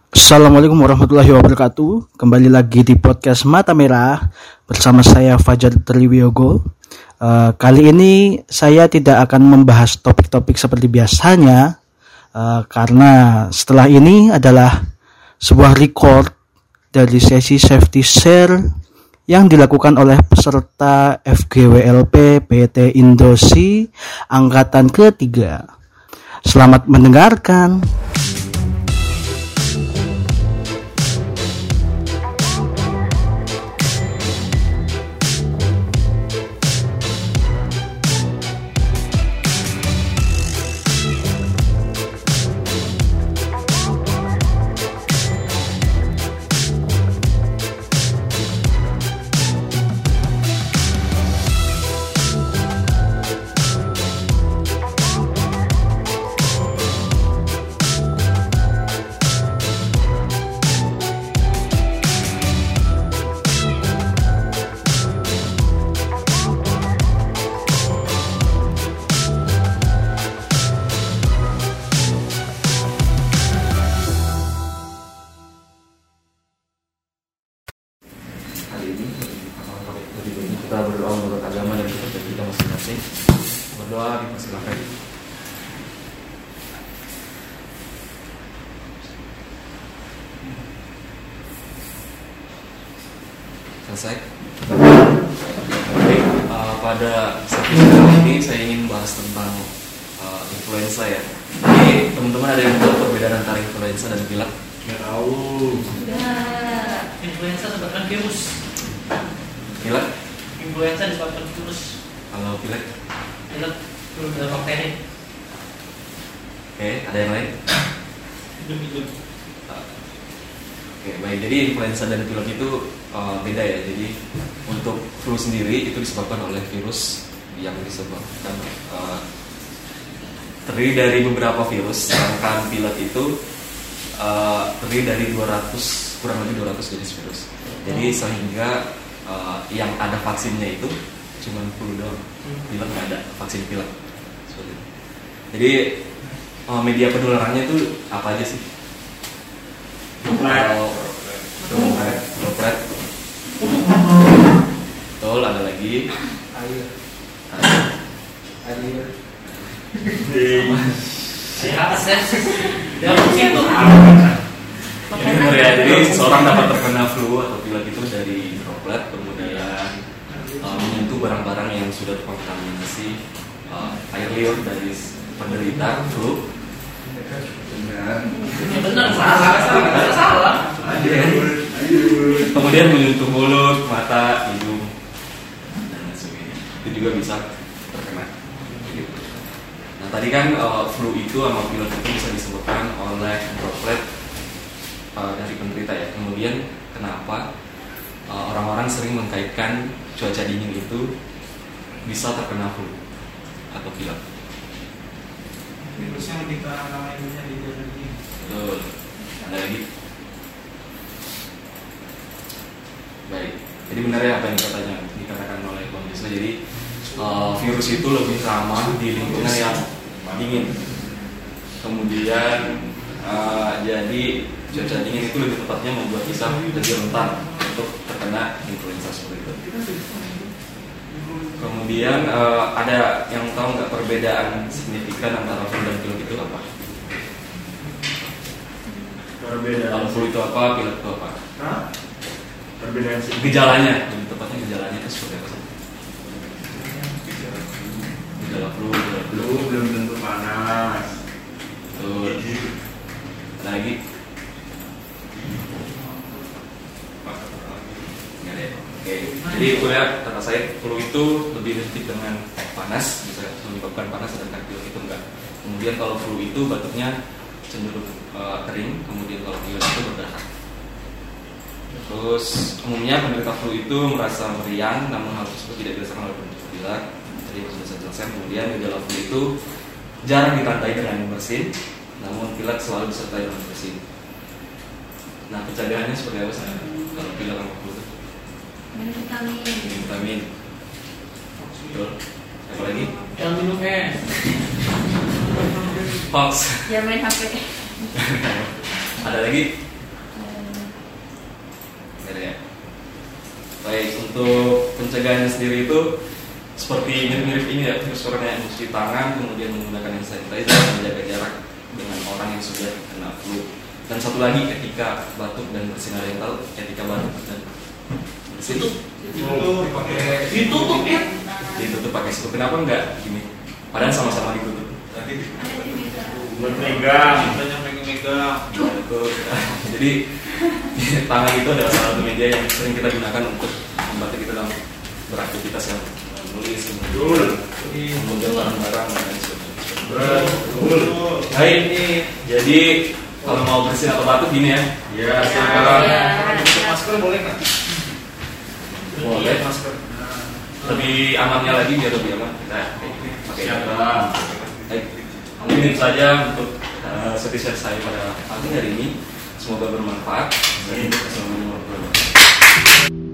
Assalamualaikum warahmatullahi wabarakatuh. Kembali lagi di podcast Mata Merah bersama saya Fajar Triwiyogo. Kali ini saya tidak akan membahas topik-topik seperti biasanya, karena setelah ini adalah sebuah record dari sesi safety share yang dilakukan oleh peserta FGWLP PT Indosi angkatan ketiga. Selamat mendengarkan. Kita berdoa menurut agama dan kita masing-masing. Berdoa dipersilakan. Selesai. Baik, pada sesi kali ini saya ingin bahas tentang influenza ya. Jadi teman-teman ada yang tahu perbedaan antara influenza dan pilek? Nggak tahu. Influenza disebabkan virus. Pilek? Influenza disebabkan virus. Kalau pilek? Pilek virus dari bakteri. Oke, ada yang lain? Oke, baik. Jadi influenza dan pilek itu beda ya. Jadi untuk flu sendiri itu disebabkan oleh virus yang disebabkan terdiri dari beberapa virus. Sedangkan pilek itu terdiri dari kurang lebih 200 jenis virus. Jadi sehingga yang ada vaksinnya itu cuma flu doang. Pilek nggak ada vaksin pilek. Seperti itu. Jadi media penularannya itu apa aja sih? Droplet. Betul, ada lagi. Air. Jadi seseorang dapat terkena flu atau pilek itu dari droplet, kemudian menyentuh barang-barang yang sudah terkontaminasi air liur dari penderita flu. Benar, salah. Kemudian menyentuh mulut, mata, hidung, dan lain sebagainya. Itu juga bisa terkena. Gitu. Nah tadi kan flu itu sama pilek itu bisa disebabkan oleh droplet dari penderita ya. Kemudian kenapa orang-orang sering mengkaitkan cuaca dingin itu bisa terkena flu atau pilek? Virusnya lebih ke arah lainnya di dalam ini. Betul. Ada lagi? Baik. Jadi benar ya apa yang dikatakan oleh Bang Wisnu. Jadi virus itu lebih ramah di lingkungan yang dingin. Kemudian jadi cuaca dingin itu lebih tepatnya membuat kita lebih rentan untuk terkena influenza seperti itu. Kemudian ada yang tahu nggak perbedaan signifikan antara flu dan pilek itu apa? Perbedaan Flu itu apa, pilek itu apa? Perbedaan sih. Gejalanya, lebih tepatnya gejalanya itu seperti apa sih? Gejala flu Belum tentu panas. Betul. Ada lagi? Nggak ada ya? Oke. Jadi kuliah kata saya flu itu lebih identik dengan panas, bisa menyebabkan panas, sedangkan pilek itu enggak. Kemudian kalau flu itu batuknya cenderung kering, kemudian kalau pilek itu berdahak. Terus umumnya penderita flu itu merasa meriang, namun hal tersebut tidak dirasakan oleh penderita pilek. Tadi sudah saya jelaskan. Kemudian gejala flu itu jarang ditandai dengan bersin, namun pilek selalu disertai dengan bersin. Nah pencegahannya seperti apa sih kalau pilek sama flu itu? Minum Vitamin. Betul. Apa lagi? Yang minum es. Fox. Ya main HP. Ada lagi? ya. Baik, untuk pencegahannya sendiri itu seperti mirip-mirip ini ya, virus corona, mencuci tangan, kemudian menggunakan hand sanitizer, menjaga jarak dengan orang yang sudah kena flu. Dan satu lagi ketika batuk dan bersinar dental, ketika batuk dan bersin Ditutup ya. ditutup pakai siku. Kenapa enggak gini? Padahal sama-sama ditutup. Buat megang. Jadi tangan itu adalah salah satu media yang sering kita gunakan untuk membantu kita dalam beraktivitas yang menulis, kemudian barang-barang dan lain sebagainya. Betul. Baik, jadi kalau mau bersin atau batuk gini ya. Ya, sekarang. Masker boleh nggak? Boleh. Masker. Lebih amannya lagi biar lebih aman kita pakai Siapa? Baik, mungkin itu saja untuk sesi saya pada pagi hari ini. Semoga bermanfaat. Assalamualaikum warahmatullahi wabarakatuh.